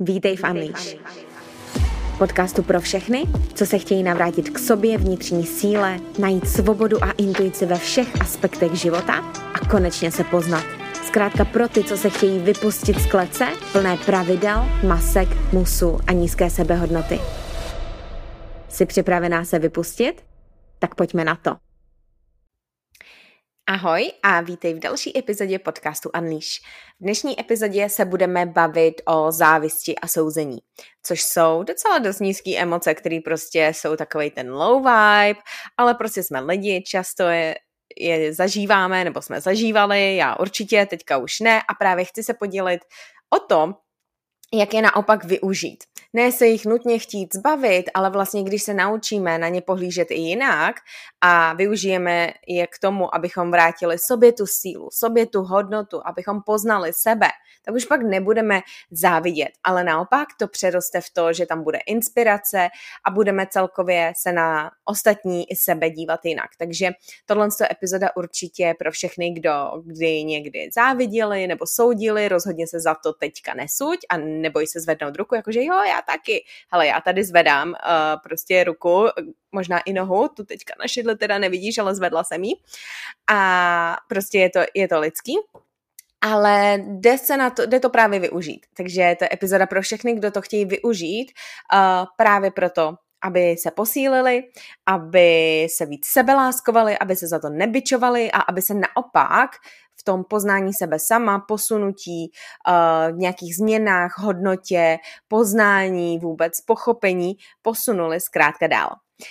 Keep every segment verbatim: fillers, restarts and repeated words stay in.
Vítej v Unleash. Podcastu pro všechny, co se chtějí navrátit k sobě, vnitřní síle, najít svobodu a intuici ve všech aspektech života a konečně se poznat. Zkrátka pro ty, co se chtějí vypustit z klece, plné pravidel, masek, musu a nízké sebehodnoty. Jsi připravená se vypustit? Tak pojďme na to. Ahoj a vítej v další epizodě podcastu Unleash. V dnešní epizodě se budeme bavit o závisti a souzení, což jsou docela dost nízký emoce, které prostě jsou takovej ten low vibe, ale prostě jsme lidi, často je, je zažíváme, nebo jsme zažívali, já určitě, teďka už ne, a právě chci se podělit o tom, jak je naopak využít. Ne se jich nutně chtít zbavit, ale vlastně když se naučíme na ně pohlížet i jinak a využijeme je k tomu, abychom vrátili sobě tu sílu, sobě tu hodnotu, abychom poznali sebe, tak už pak nebudeme závidět, ale naopak to přeroste v to, že tam bude inspirace a budeme celkově se na ostatní i sebe dívat jinak. Takže tohle je epizoda určitě pro všechny, kdo kdy někdy záviděli nebo soudili, rozhodně se za to teďka nesuď a neboj se zvednout ruku, jakože jo, já taky. Hele, já tady zvedám uh, prostě ruku, možná i nohu, tu teďka na šidle teda nevidíš, ale zvedla jsem ji. A prostě je to, je to lidský. Ale jde, se na to, jde to právě využít. Takže to je epizoda pro všechny, kdo to chtějí využít uh, právě proto, aby se posílili, aby se víc sebeláskovali, aby se za to nebičovali a aby se naopak v tom poznání sebe sama, posunutí, uh, v nějakých změnách, hodnotě, poznání, vůbec pochopení, posunuli zkrátka dál.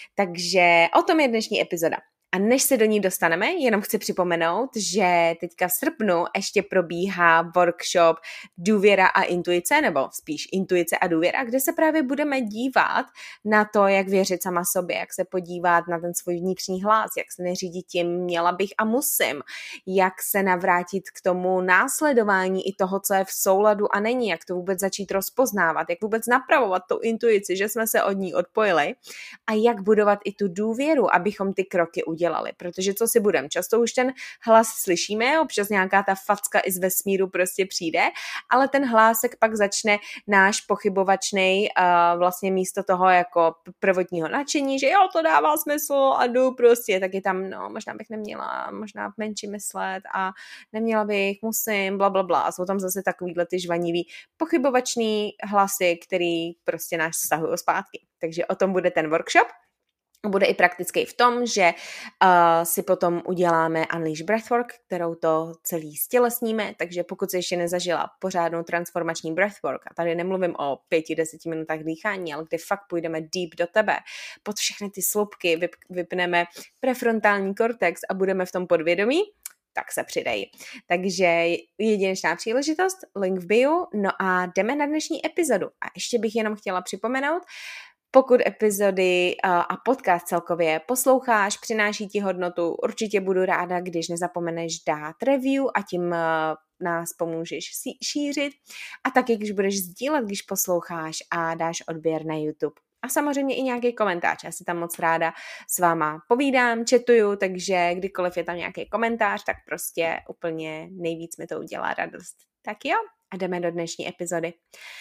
Takže o tom je dnešní epizoda. A než se do ní dostaneme, jenom chci připomenout, že teďka v srpnu ještě probíhá workshop Důvěra a intuice, nebo spíš intuice a důvěra, kde se právě budeme dívat na to, jak věřit sama sobě, jak se podívat na ten svůj vnitřní hlas, jak se neřídit tím měla bych a musím, jak se navrátit k tomu následování i toho, co je v souladu a není, jak to vůbec začít rozpoznávat, jak vůbec napravovat tu intuici, že jsme se od ní odpojili a jak budovat i tu důvěru, abychom ty kroky udělali. Dělali, protože co si budem, často už ten hlas slyšíme, občas nějaká ta facka i z vesmíru prostě přijde, ale ten hlásek pak začne náš pochybovačnej uh, vlastně místo toho jako prvotního nadšení, že jo, to dává smysl a jdu prostě, tak je tam, no, možná bych neměla, možná menší myslet a neměla bych, musím, bla, bla, bla. A jsou tam zase takovýhle ty žvanivý pochybovačný hlasy, který prostě nás stahují zpátky. Takže o tom bude ten workshop. Bude i praktický v tom, že uh, si potom uděláme Unleash Breathwork, kterou to celý stělesníme, takže pokud jsi ještě nezažila pořádnou transformační breathwork, a tady nemluvím o pěti, deseti minutách dýchání, ale kde fakt půjdeme deep do tebe, pod všechny ty slupky vyp, vypneme prefrontální kortex a budeme v tom podvědomí, tak se přidej. Takže jedinečná příležitost, link v bio, no a jdeme na dnešní epizodu. A ještě bych jenom chtěla připomenout, pokud epizody a podcast celkově posloucháš, přináší ti hodnotu, určitě budu ráda, když nezapomeneš dát review a tím nás pomůžeš šířit. A taky, když budeš sdílet, když posloucháš a dáš odběr na YouTube. A samozřejmě i nějaký komentář. Já si tam moc ráda s váma povídám, chatuju, takže kdykoliv je tam nějaký komentář, tak prostě úplně nejvíc mi to udělá radost. Tak jo, a jdeme do dnešní epizody.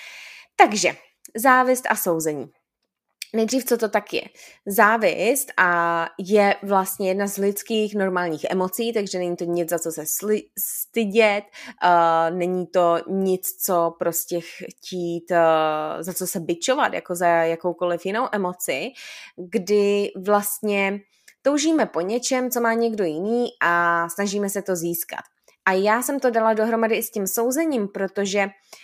Takže, závist a souzení. Nejdřív, co to tak je? Závist a je vlastně jedna z lidských normálních emocí, takže není to nic, za co se sli- stydět, uh, není to nic, co prostě chtít, uh, za co se bičovat, jako za jakoukoliv jinou emoci, kdy vlastně toužíme po něčem, co má někdo jiný a snažíme se to získat. A já jsem to dala dohromady i s tím souzením, protože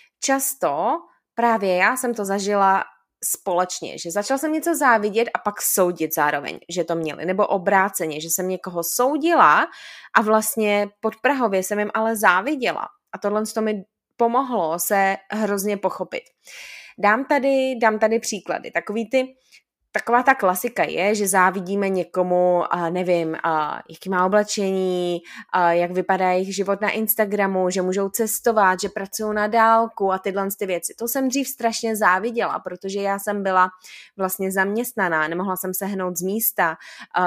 často právě já jsem to zažila společně, že začal jsem něco závidět a pak soudit zároveň, že to měli, nebo obráceně, že jsem někoho soudila a vlastně podprahově jsem jim ale záviděla a tohle to mi pomohlo se hrozně pochopit. Dám tady, dám tady příklady, takový ty Taková ta klasika je, že závidíme někomu, nevím, jaký má oblečení, jak vypadá jejich život na Instagramu, že můžou cestovat, že pracují na dálku a tyhle ty věci. To jsem dřív strašně záviděla, protože já jsem byla vlastně zaměstnaná, nemohla jsem se hnout z místa,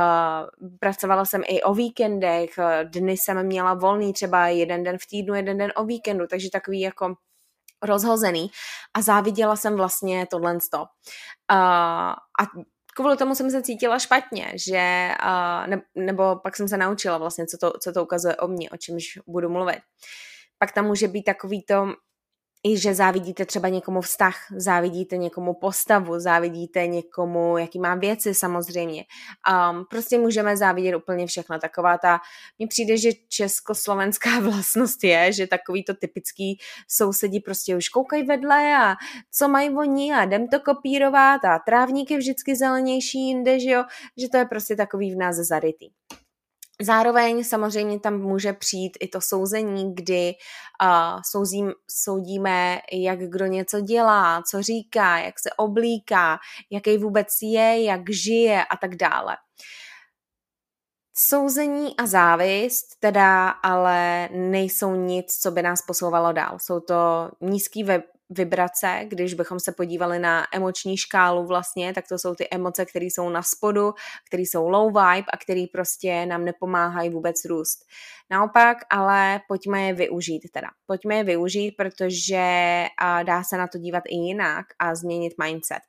pracovala jsem i o víkendech, dny jsem měla volný, třeba jeden den v týdnu, jeden den o víkendu, takže takový jako rozhozený a záviděla jsem vlastně tohleto. Uh, a kvůli tomu jsem se cítila špatně, že, uh, ne, nebo pak jsem se naučila vlastně, co to, co to ukazuje o mně, o čemž budu mluvit. Pak tam může být takový to, i že závidíte třeba někomu vztah, závidíte někomu postavu, závidíte někomu, jaký má věci samozřejmě. Um, prostě můžeme závidět úplně všechno. Taková ta, mně přijde, že československá vlastnost je, že takový to typický sousedí prostě už koukají vedle a co mají oni a jdem to kopírovat a trávník je vždycky zelenější jinde, že jo, že to je prostě takový v nás zarytý. Zároveň samozřejmě tam může přijít i to souzení, kdy uh, souzím, soudíme, jak kdo něco dělá, co říká, jak se oblíká, jaký vůbec je, jak žije a tak dále. Souzení a závist teda ale nejsou nic, co by nás posouvalo dál. Jsou to nízký vibrace, když bychom se podívali na emoční škálu vlastně, tak to jsou ty emoce, které jsou na spodu, které jsou low vibe a které prostě nám nepomáhají vůbec růst. Naopak, ale pojďme je využít teda. Pojďme je využít, protože dá se na to dívat i jinak a změnit mindset.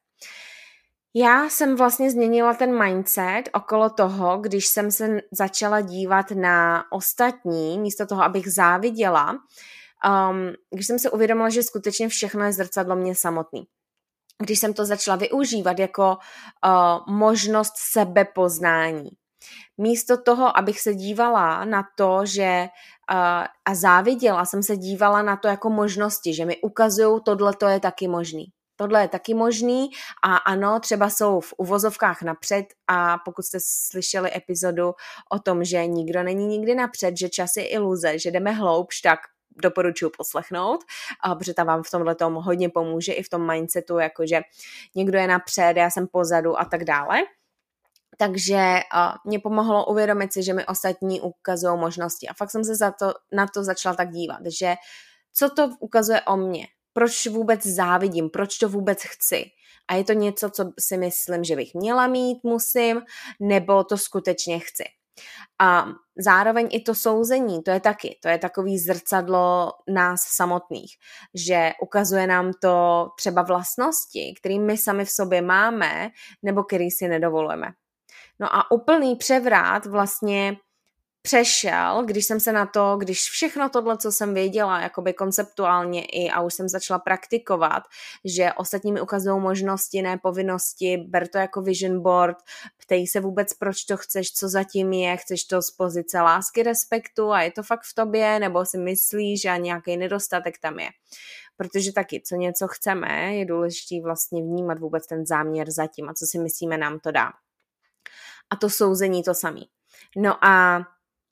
Já jsem vlastně změnila ten mindset okolo toho, když jsem se začala dívat na ostatní, místo toho, abych záviděla, um, když jsem se uvědomila, že skutečně všechno je zrcadlo mě samotný. Když jsem to začala využívat jako uh, možnost sebepoznání. Místo toho, abych se dívala na to, že uh, a záviděla, jsem se dívala na to jako možnosti, že mi ukazují, tohle to je taky možný. Tohle je taky možný a ano, třeba jsou v uvozovkách napřed a pokud jste slyšeli epizodu o tom, že nikdo není nikdy napřed, že čas je iluze, že jdeme hloubš, tak doporučuji poslechnout, protože ta vám v tomhle tomu hodně pomůže i v tom mindsetu, jakože někdo je napřed, já jsem pozadu a tak dále. Takže uh, mě pomohlo uvědomit si, že mi ostatní ukazují možnosti a fakt jsem se za to, na to začala tak dívat, že co to ukazuje o mně. Proč vůbec závidím, proč to vůbec chci. A je to něco, co si myslím, že bych měla mít, musím, nebo to skutečně chci. A zároveň i to souzení, to je taky, to je takový zrcadlo nás samotných, že ukazuje nám to třeba vlastnosti, které my sami v sobě máme, nebo který si nedovolujeme. No a úplný převrat vlastně přešel, když jsem se na to, když všechno tohle, co jsem věděla, jakoby konceptuálně i a už jsem začala praktikovat, že ostatní mi ukazují možnosti, ne povinnosti, ber to jako vision board, ptej se vůbec, proč to chceš, co zatím je, chceš to z pozice lásky, respektu a je to fakt v tobě, nebo si myslíš, že nějaký nedostatek tam je. Protože taky, co něco chceme, je důležité vlastně vnímat vůbec ten záměr zatím a co si myslíme, nám to dá. A to souzení to samý. No a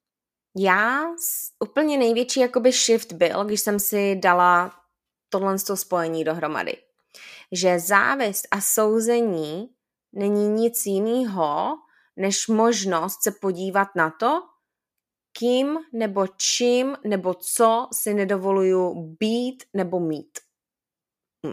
já úplně největší jakoby shift byl, když jsem si dala tohle spojení dohromady. Že závist a souzení není nic jiného, než možnost se podívat na to, kým nebo čím nebo co si nedovoluju být nebo mít. Hm.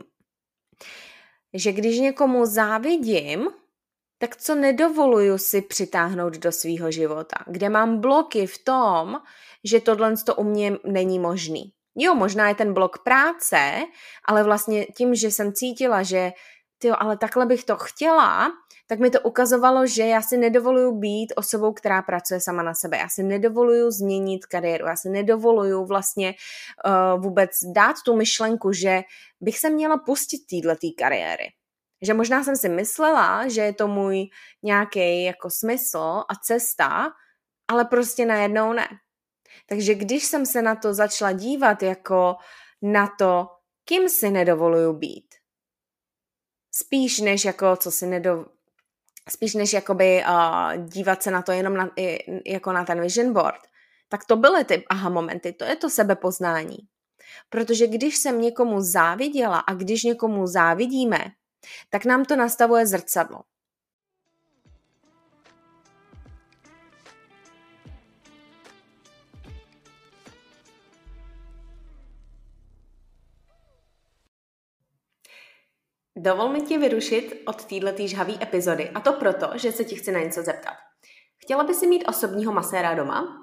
Že když někomu závidím, tak co nedovoluju si přitáhnout do svýho života? Kde mám bloky v tom, že tohle u mě není možný? Jo, možná je ten blok práce, ale vlastně tím, že jsem cítila, že tyjo, ale takhle bych to chtěla, tak mi to ukazovalo, že já si nedovoluju být osobou, která pracuje sama na sebe. Já si nedovoluju změnit kariéru. Já si nedovoluju vlastně uh, vůbec dát tu myšlenku, že bych se měla pustit téhletý kariéry. Že možná jsem si myslela, že je to můj nějaký jako smysl a cesta, ale prostě najednou ne. Takže když jsem se na to začala dívat jako na to, kým si nedovoluju být, spíš než jako, co si nedo... spíš než jakoby uh, dívat se na to jenom na, jako na ten vision board, tak to byly ty aha momenty, to je to sebepoznání. Protože když jsem někomu záviděla a když někomu závidíme, tak nám to nastavuje zrcadlo. Dovol mi tě vyrušit od této žhavé epizody a to proto, že se ti chci na něco zeptat. Chtěla by si mít osobního maséra doma?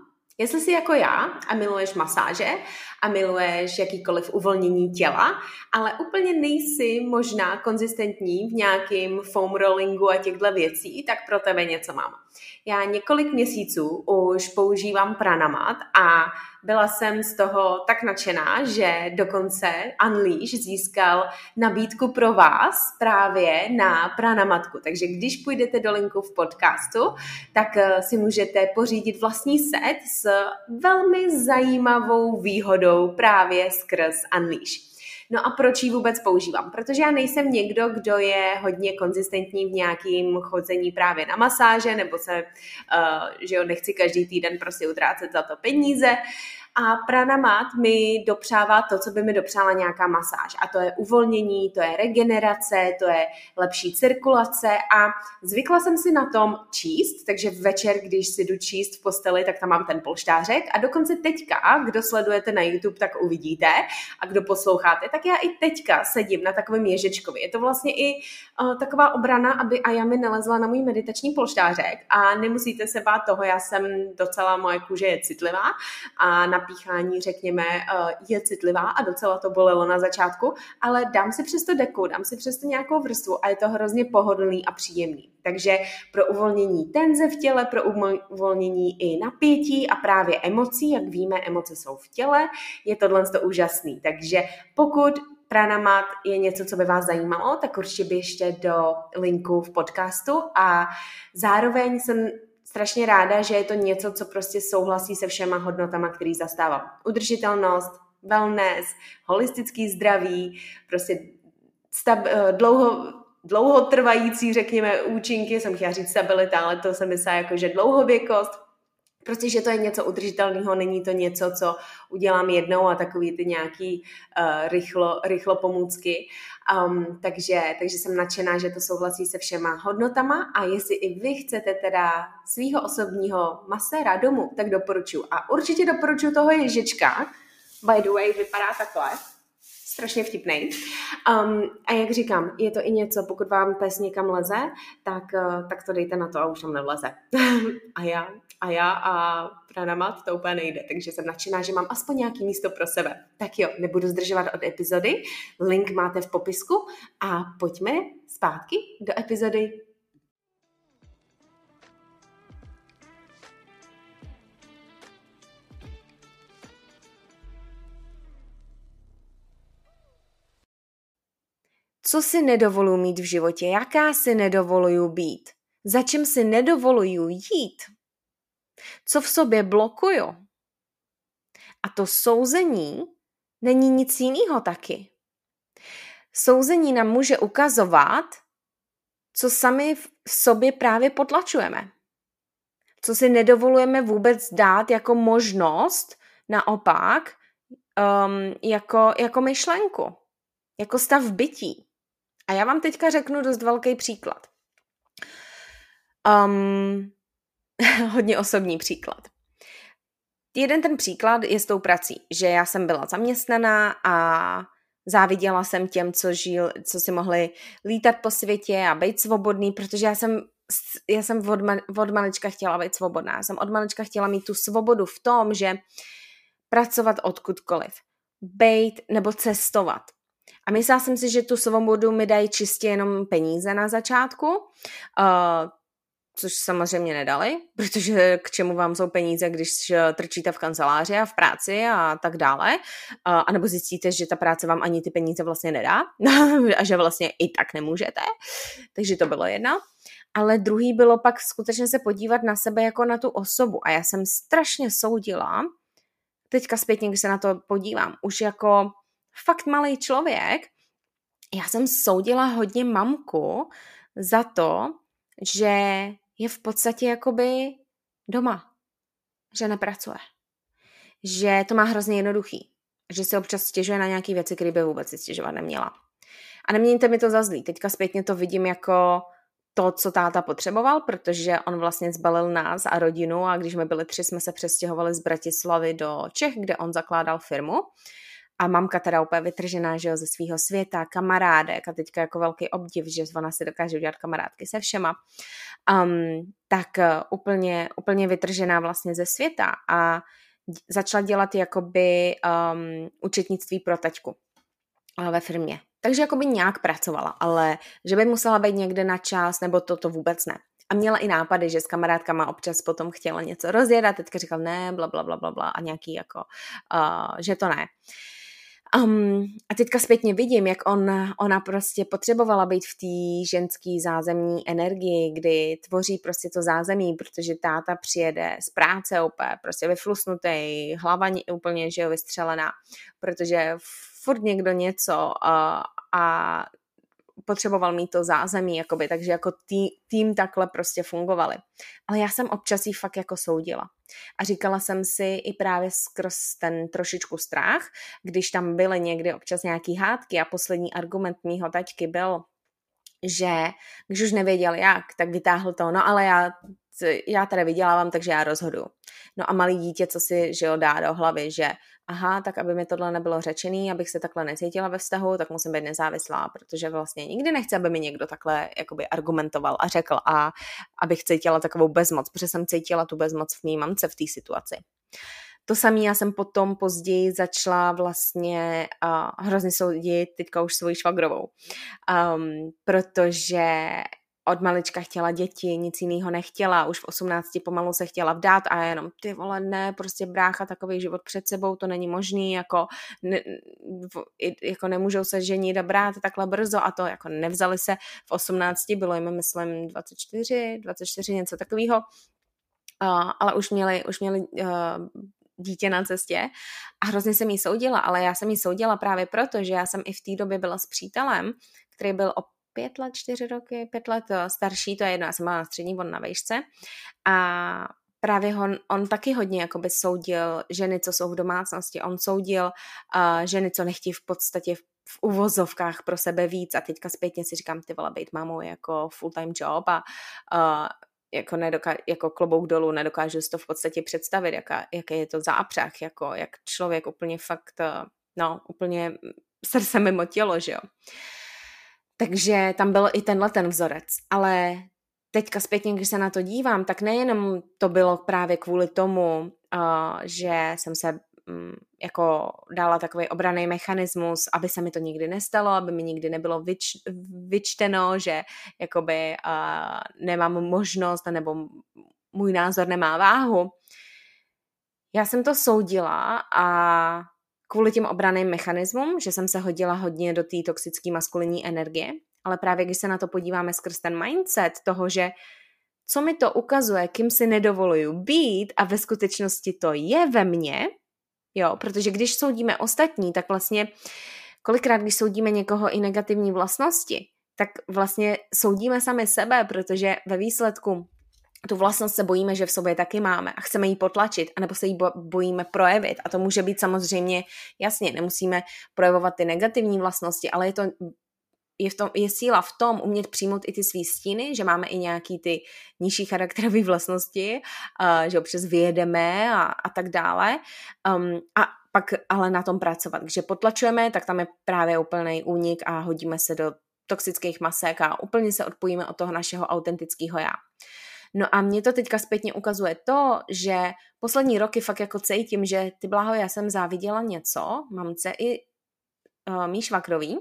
Jestli jsi jako já a miluješ masáže a miluješ jakýkoliv uvolnění těla, ale úplně nejsi možná konzistentní v nějakým foam rollingu a těchto věcí, tak pro tebe něco mám. Já několik měsíců už používám Pranamat a byla jsem z toho tak nadšená, že dokonce Unleash získal nabídku pro vás právě na Pranamatku. Takže když půjdete do linku v podcastu, tak si můžete pořídit vlastní set s velmi zajímavou výhodou právě skrz Unleash. No a proč ji vůbec používám? Protože já nejsem někdo, kdo je hodně konzistentní v nějakým chodzení právě na masáže, nebo se, uh, že jo, nechci každý týden prostě utrácet za to peníze. A Pranamat mi dopřává to, co by mi dopřála nějaká masáž. A to je uvolnění, to je regenerace, to je lepší cirkulace a zvykla jsem si na tom číst, takže večer, když si jdu číst v posteli, tak tam mám ten polštářek a dokonce teďka, kdo sledujete na YouTube, tak uvidíte a kdo posloucháte, tak já i teďka sedím na takovém ježečkovi. Je to vlastně i uh, taková obrana, aby Ayami nelezla na můj meditační polštářek a nemusíte se bát toho, já jsem docela, moje kůže je citlivá a na píchání, řekněme, je citlivá a docela to bolelo na začátku, ale dám si přesto deku, dám si přesto nějakou vrstvu a je to hrozně pohodlný a příjemný. Takže pro uvolnění tenze v těle, pro uvolnění i napětí a právě emocí, jak víme, emoce jsou v těle, je tohle úžasný. Takže pokud Pranamat je něco, co by vás zajímalo, tak určitě běžte do linku v podcastu a zároveň jsem strašně ráda, že je to něco, co prostě souhlasí se všema hodnotama, který zastávám. Udržitelnost, wellness, holistický zdraví, prostě stab- dlouho, dlouhotrvající, řekněme, účinky, jsem chtěla říct stabilita, ale to se myslí jako, že dlouhověkost, prostě, že to je něco udržitelného, není to něco, co udělám jednou a takový ty nějaký uh, rychlo, rychlo pomůcky. Um, takže, takže jsem nadšená, že to souhlasí se všema hodnotama a jestli i vy chcete teda svýho osobního maséra domů, tak doporučuji. A určitě doporučuji toho ježička. By the way, vypadá takhle. Strašně vtipnej. Um, a jak říkám, je to i něco, pokud vám pes někam leze, tak, uh, tak to dejte na to a už tam nevleze. a já a já a Pranamat to úplně nejde, takže jsem nadšená, že mám aspoň nějaký místo pro sebe. Tak jo, nebudu zdržovat od epizody, link máte v popisku a pojďme zpátky do epizody. Co si nedovoluji mít v životě? Jaká si nedovoluju být? Za čím si nedovoluju jít? Co v sobě blokuju? A to souzení není nic jiného taky. Souzení nám může ukazovat, co sami v sobě právě potlačujeme. Co si nedovolujeme vůbec dát jako možnost, naopak, um, jako, jako myšlenku, jako stav bytí. A já vám teďka řeknu dost velký příklad. Um, hodně osobní příklad. Jeden ten příklad je s tou prací, že já jsem byla zaměstnaná a záviděla jsem těm, co, žil, co si mohli lítat po světě a být svobodný, protože já jsem, já jsem od, od malička chtěla být svobodná. Já jsem od malička chtěla mít tu svobodu v tom, že pracovat odkudkoliv, bejt nebo cestovat. A myslela jsem si, že tu svobodu mi dají čistě jenom peníze na začátku, uh, což samozřejmě nedali, protože k čemu vám jsou peníze, když trčíte v kanceláři a v práci a tak dále, uh, anebo zjistíte, že ta práce vám ani ty peníze vlastně nedá a že vlastně i tak nemůžete. Takže to bylo jedno. Ale druhý bylo pak skutečně se podívat na sebe jako na tu osobu. A já jsem strašně soudila, teďka zpětně, když se na to podívám, už jako fakt malý člověk, já jsem soudila hodně mamku za to, že je v podstatě jakoby doma, že nepracuje, že to má hrozně jednoduchý, že si občas stěžuje na nějaké věci, které by vůbec si stěžovat neměla. A nemějte mi to za zlý, teďka zpětně to vidím jako to, co táta potřeboval, protože on vlastně zbalil nás a rodinu a když jsme byli tři, jsme se přestěhovali z Bratislavy do Čech, kde on zakládal firmu. A mamka teda úplně vytržená, že jo, ze svého světa, kamarádek a teďka jako velký obdiv, že ona si dokáže udělat kamarádky se všema. Um, tak uh, úplně, úplně vytržená vlastně ze světa a začala dělat jakoby um, účetnictví pro taťku uh, ve firmě. Takže jakoby nějak pracovala, ale že by musela být někde na čas, nebo to, to vůbec ne. A měla i nápady, že s kamarádkama občas potom chtěla něco rozjet a teďka říkal ne, bla, bla, bla, bla, bla a nějaký jako, uh, že to ne. Um, a teďka zpětně vidím, jak on, ona prostě potřebovala být v té ženské zázemní energii, kdy tvoří prostě to zázemí, protože táta přijede z práce úplně prostě vyflusnutý, hlava úplně, že jo, vystřelená, protože furt někdo něco a, a potřeboval mít to zázemí, jakoby, takže jako tý, tým takhle prostě fungovali. Ale já jsem občas jí fakt jako soudila. A říkala jsem si i právě skrz ten trošičku strach, když tam byly někdy občas nějaký hádky a poslední argument mýho taťky byl, že když už nevěděl jak, tak vytáhl to, no ale já, já tady vydělávám, takže já rozhoduju. No a malý dítě, co si, že jo, dá do hlavy, že aha, tak aby mi tohle nebylo řečený, abych se takhle necítila ve vztahu, tak musím být nezávislá, protože vlastně nikdy nechci, aby mi někdo takhle jakoby argumentoval a řekl a abych cítila takovou bezmoc, protože jsem cítila tu bezmoc v mý mamce v té situaci. To samé já jsem potom později začala vlastně uh, hrozně soudit teďka už svoji švagrovou, um, protože od malička chtěla děti, nic jiného nechtěla, už v osmnácti pomalu se chtěla vdát a jenom ty vole, ne, prostě brácha, takový život před sebou, to není možný, jako, ne, jako nemůžou se ženit a brát takhle brzo a to jako nevzali se v osmnácti, bylo jim myslím dvacet čtyři, dvacet čtyři něco takového, uh, ale už měli, už měli uh, dítě na cestě a hrozně jsem jí soudila, ale já jsem jí soudila právě proto, že já jsem i v té době byla s přítelem, který byl o pět let, čtyři roky, pět let starší, to je jedno, já jsem byla na střední, on na vejšce a právě on, on taky hodně jakoby soudil ženy, co jsou v domácnosti, on soudil uh, ženy, co nechtějí v podstatě v, v uvozovkách pro sebe víc a teďka zpětně si říkám, ty vole, být mámou jako full-time job a uh, jako, nedoká- jako klobouk dolů, nedokážu si to v podstatě představit, jaká, jaký je to zápřah, jako jak člověk úplně fakt, no, úplně srdce mimo tělo, že jo. Takže tam byl i tenhle ten vzorec, ale teďka zpětně, když se na to dívám, tak nejenom to bylo právě kvůli tomu, uh, že jsem se um, jako dala takový obranný mechanismus, aby se mi to nikdy nestalo, aby mi nikdy nebylo vyč, vyčteno, že jakoby uh, nemám možnost, nebo můj názor nemá váhu. Já jsem to soudila a kvůli těm obranným mechanismům, že jsem se hodila hodně do té toxické maskulinní energie, ale právě když se na to podíváme skrz ten mindset toho, že co mi to ukazuje, kým si nedovoluju být a ve skutečnosti to je ve mně, jo, protože když soudíme ostatní, tak vlastně kolikrát, když soudíme někoho i negativní vlastnosti, tak vlastně soudíme sami sebe, protože ve výsledku tu vlastnost se bojíme, že v sobě taky máme a chceme ji potlačit, anebo se ji bojíme projevit. A to může být samozřejmě, jasně, nemusíme projevovat ty negativní vlastnosti, ale je to je, v tom, je síla v tom umět přijmout i ty svý stíny, že máme i nějaký ty nižší charakterové vlastnosti, uh, že občas vyjedeme a, a tak dále. Um, a pak ale na tom pracovat. Když je potlačujeme, tak tam je právě úplný únik a hodíme se do toxických masek a úplně se odpojíme od toho našeho autentického já. No a mě to teďka zpětně ukazuje to, že poslední roky fakt jako cítím, že ty bláho, já jsem záviděla něco, mamce i uh, mý švagrový,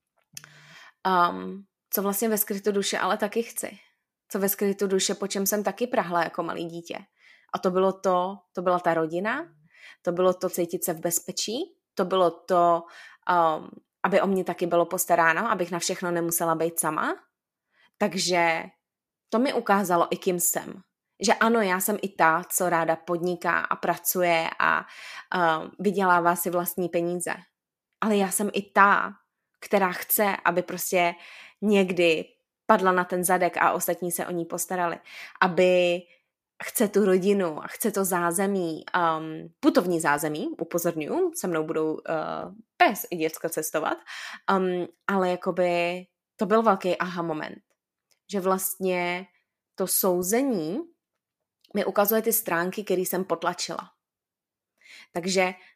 um, co vlastně ve skrytu duše ale taky chci. Co ve skrytu duše, po čem jsem taky prahla jako malý dítě. A to bylo to, to byla ta rodina, to bylo to cítit se v bezpečí, to bylo to, um, aby o mě taky bylo postaráno, abych na všechno nemusela být sama. Takže to mi ukázalo i kým jsem. Že ano, já jsem i ta, co ráda podniká a pracuje a uh, vydělává si vlastní peníze. Ale já jsem i ta, která chce, aby prostě někdy padla na ten zadek a ostatní se o ní postarali. Aby chce tu rodinu a chce to zázemí, um, putovní zázemí, upozorňuji, se mnou budou uh, pes i děcka cestovat, um, ale jakoby to byl velký aha moment. Že vlastně to souzení mi ukazuje ty stránky, které jsem potlačila. Takže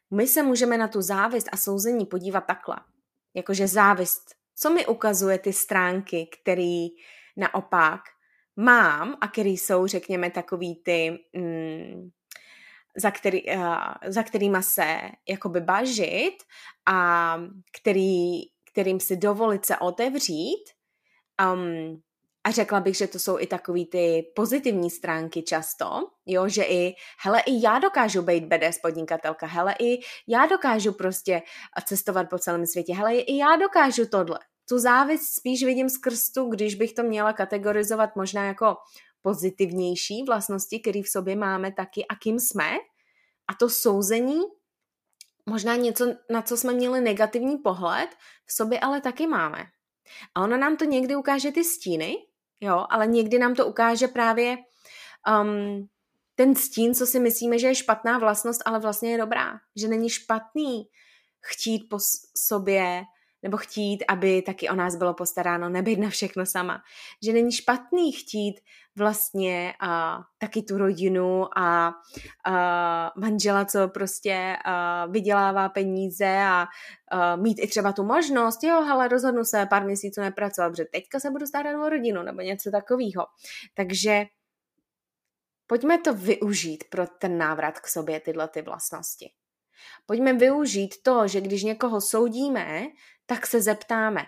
My se můžeme na tu závist a souzení podívat takhle. Jakože závist, co mi ukazuje ty stránky, které naopak mám a které jsou, řekněme, takový ty, mm, za, který, uh, za kterýma se jakoby bažit a který, kterým si dovolit se otevřít. Um, a řekla bych, že to jsou i takový ty pozitivní stránky často, jo, že i, hele, i já dokážu být badass podnikatelka, hele, i já dokážu prostě cestovat po celém světě, hele, i já dokážu tohle. Tu závist spíš vidím skrz tu, když bych to měla kategorizovat možná jako pozitivnější vlastnosti, které v sobě máme taky a kým jsme. A to souzení, možná něco, na co jsme měli negativní pohled, v sobě ale taky máme. A ona nám to někdy ukáže ty stíny, jo, ale někdy nám to ukáže právě um, ten stín, co si myslíme, že je špatná vlastnost, ale vlastně je dobrá. Že není špatný chtít po sobě, nebo chtít, aby taky o nás bylo postaráno, nebejt na všechno sama. Že není špatný chtít vlastně uh, taky tu rodinu a uh, manžela, co prostě uh, vydělává peníze a uh, mít i třeba tu možnost, jo, ale rozhodnu se pár měsíců nepracovat, protože teďka se budu starat o rodinu nebo něco takového. Takže pojďme to využít pro ten návrat k sobě, tyhle ty vlastnosti. Pojďme využít to, že když někoho soudíme, tak se zeptáme.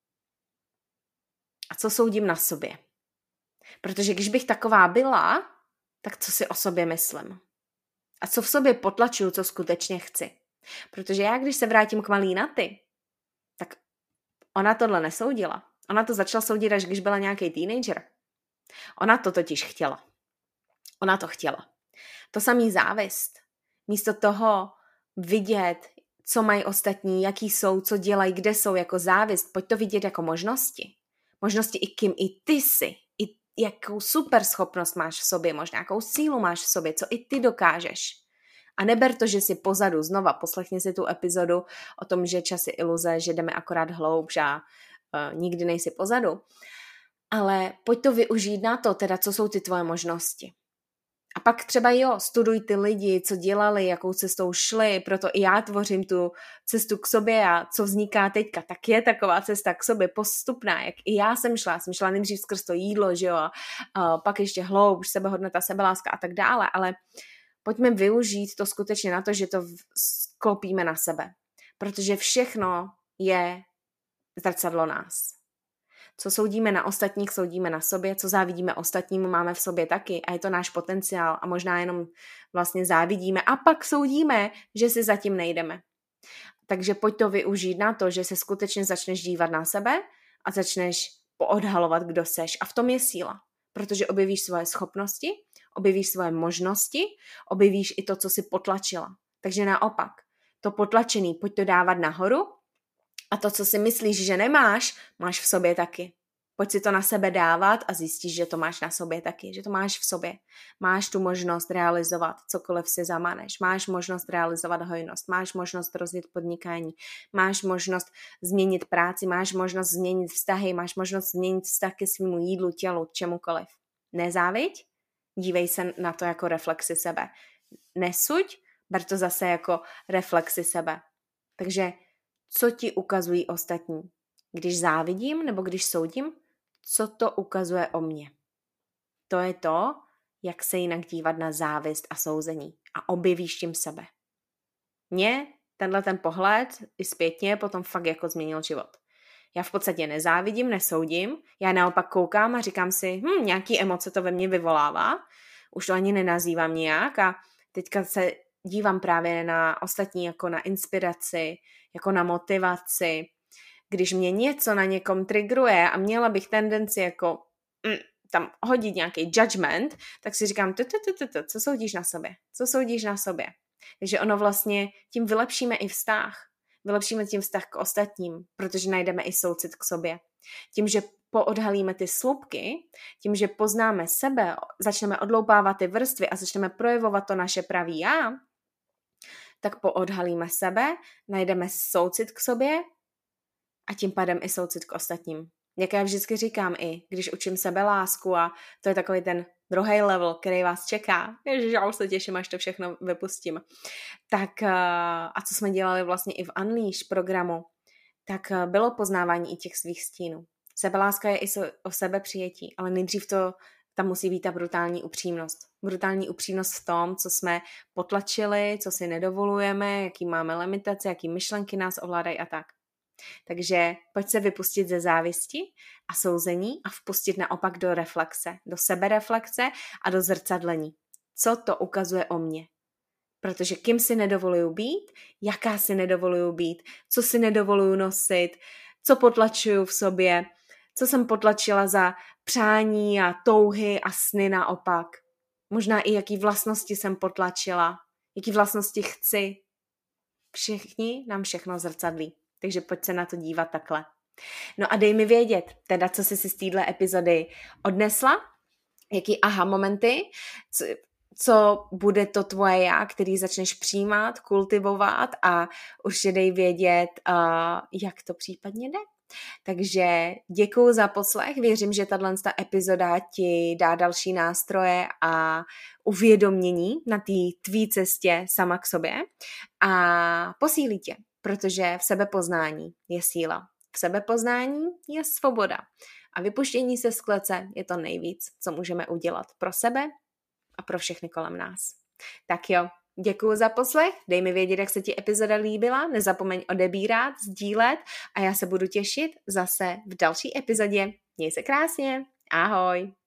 A co soudím na sobě? Protože když bych taková byla, tak co si o sobě myslím? A co v sobě potlačuju, co skutečně chci? Protože já, když se vrátím k malý Naty, tak ona tohle nesoudila. Ona to začala soudit, až když byla nějaký teenager. Ona to totiž chtěla. Ona to chtěla. To samý závist. Místo toho vidět, co mají ostatní, jaký jsou, co dělají, kde jsou jako závist, pojď to vidět jako možnosti. Možnosti i kým i ty jsi, i jakou super schopnost máš v sobě, možná jakou sílu máš v sobě, co i ty dokážeš. A neber to, že jsi pozadu. Znova poslechni si tu epizodu o tom, že čas je iluze, že jdeme akorát hloubš a uh, nikdy nejsi pozadu. Ale pojď to využít na to, teda co jsou ty tvoje možnosti. A pak třeba jo, studuj ty lidi, co dělali, jakou cestou šli, proto i já tvořím tu cestu k sobě a co vzniká teďka, tak je taková cesta k sobě postupná, jak i já jsem šla, jsem šla nejdřív skrz to jídlo, že jo, a, a pak ještě hloubš, sebehodnota, sebeláska a tak dále, ale pojďme využít to skutečně na to, že to sklopíme na sebe, protože všechno je zrcadlo nás. Co soudíme na ostatních, soudíme na sobě, co závidíme ostatním, máme v sobě taky a je to náš potenciál a možná jenom vlastně závidíme a pak soudíme, že si zatím nejdeme. Takže pojď to využít na to, že se skutečně začneš dívat na sebe a začneš poodhalovat, kdo seš. A v tom je síla, protože objevíš svoje schopnosti, objevíš svoje možnosti, objevíš i to, co si potlačila. Takže naopak, to potlačený, pojď to dávat nahoru, a to, co si myslíš, že nemáš, máš v sobě taky. Pojď si to na sebe dávat a zjistíš, že to máš na sobě taky, že to máš v sobě. Máš tu možnost realizovat cokoliv si zamaneš. Máš možnost realizovat hojnost. Máš možnost rozjet podnikání. Máš možnost změnit práci. Máš možnost změnit vztahy. Máš možnost změnit vztah ke svému jídlu, tělu, čemukoliv. Nezáviď, dívej se na to jako reflexi sebe. Nesuď, ber to zase jako reflexi sebe. Takže co ti ukazují ostatní? Když závidím nebo když soudím, co to ukazuje o mně? To je to, jak se jinak dívat na závist a souzení. A objevíš tím sebe. Mně tenhle ten pohled i zpětně potom fakt jako změnil život. Já v podstatě nezávidím, nesoudím, já naopak koukám a říkám si, hm, nějaký emoce to ve mně vyvolává, už to ani nenazývám nějak a teďka se dívám právě na ostatní jako na inspiraci, jako na motivaci. Když mě něco na někom triggeruje a měla bych tendenci jako mm, tam hodit nějaký judgment, tak si říkám, co soudíš na sobě? Co soudíš na sobě? Takže ono vlastně, tím vylepšíme i vztah. Vylepšíme tím vztah k ostatním, protože najdeme i soucit k sobě. Tím, že poodhalíme ty slupky, tím, že poznáme sebe, začneme odloupávat ty vrstvy a začneme projevovat to naše pravý já, tak poodhalíme sebe, najdeme soucit k sobě a tím pádem i soucit k ostatním. Jak já vždycky říkám i, když učím sebelásku a to je takový ten druhý level, který vás čeká. Ježiš, já už se těším, až to všechno vypustím. Tak a co jsme dělali vlastně i v Unleash programu, tak bylo poznávání i těch svých stínů. Sebeláska je i o sebepřijetí, ale nejdřív to tam musí být ta brutální upřímnost. Brutální upřímnost v tom, co jsme potlačili, co si nedovolujeme, jaký máme limitace, jaký myšlenky nás ovládají a tak. Takže pojď se vypustit ze závisti a souzení a vpustit naopak do reflexe, do sebereflexe a do zrcadlení. Co to ukazuje o mně? Protože kým si nedovoluju být, jaká si nedovoluju být, co si nedovoluju nosit, co potlačuju v sobě, co jsem potlačila za přání a touhy a sny naopak. Možná i jaký vlastnosti jsem potlačila, jaký vlastnosti chci. Všichni nám všechno zrcadlí, takže pojď se na to dívat takhle. No a dej mi vědět, teda co jsi si z téhle epizody odnesla, jaký aha momenty, co, co bude to tvoje já, který začneš přijímat, kultivovat a určitě dej vědět, uh, jak to případně jde. Takže děkuju za poslech, věřím, že tato epizoda ti dá další nástroje a uvědomění na té tvý cestě sama k sobě a posílí tě, protože v sebepoznání je síla. V sebepoznání je svoboda a vypuštění se z klece je to nejvíc, co můžeme udělat pro sebe a pro všechny kolem nás. Tak jo, děkuju za poslech, dej mi vědět, jak se ti epizoda líbila, nezapomeň odebírat, sdílet a já se budu těšit zase v další epizodě. Měj se krásně, ahoj!